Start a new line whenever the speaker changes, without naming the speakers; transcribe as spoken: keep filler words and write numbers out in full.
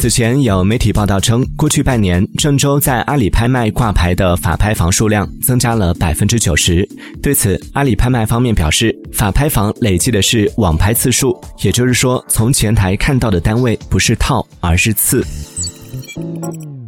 此前有媒体报道称，过去半年郑州在阿里拍卖挂牌的法拍房数量增加了 百分之九十。 对此，阿里拍卖方面表示，法拍房累计的是网拍次数，也就是说从前台看到的单位不是套而是次。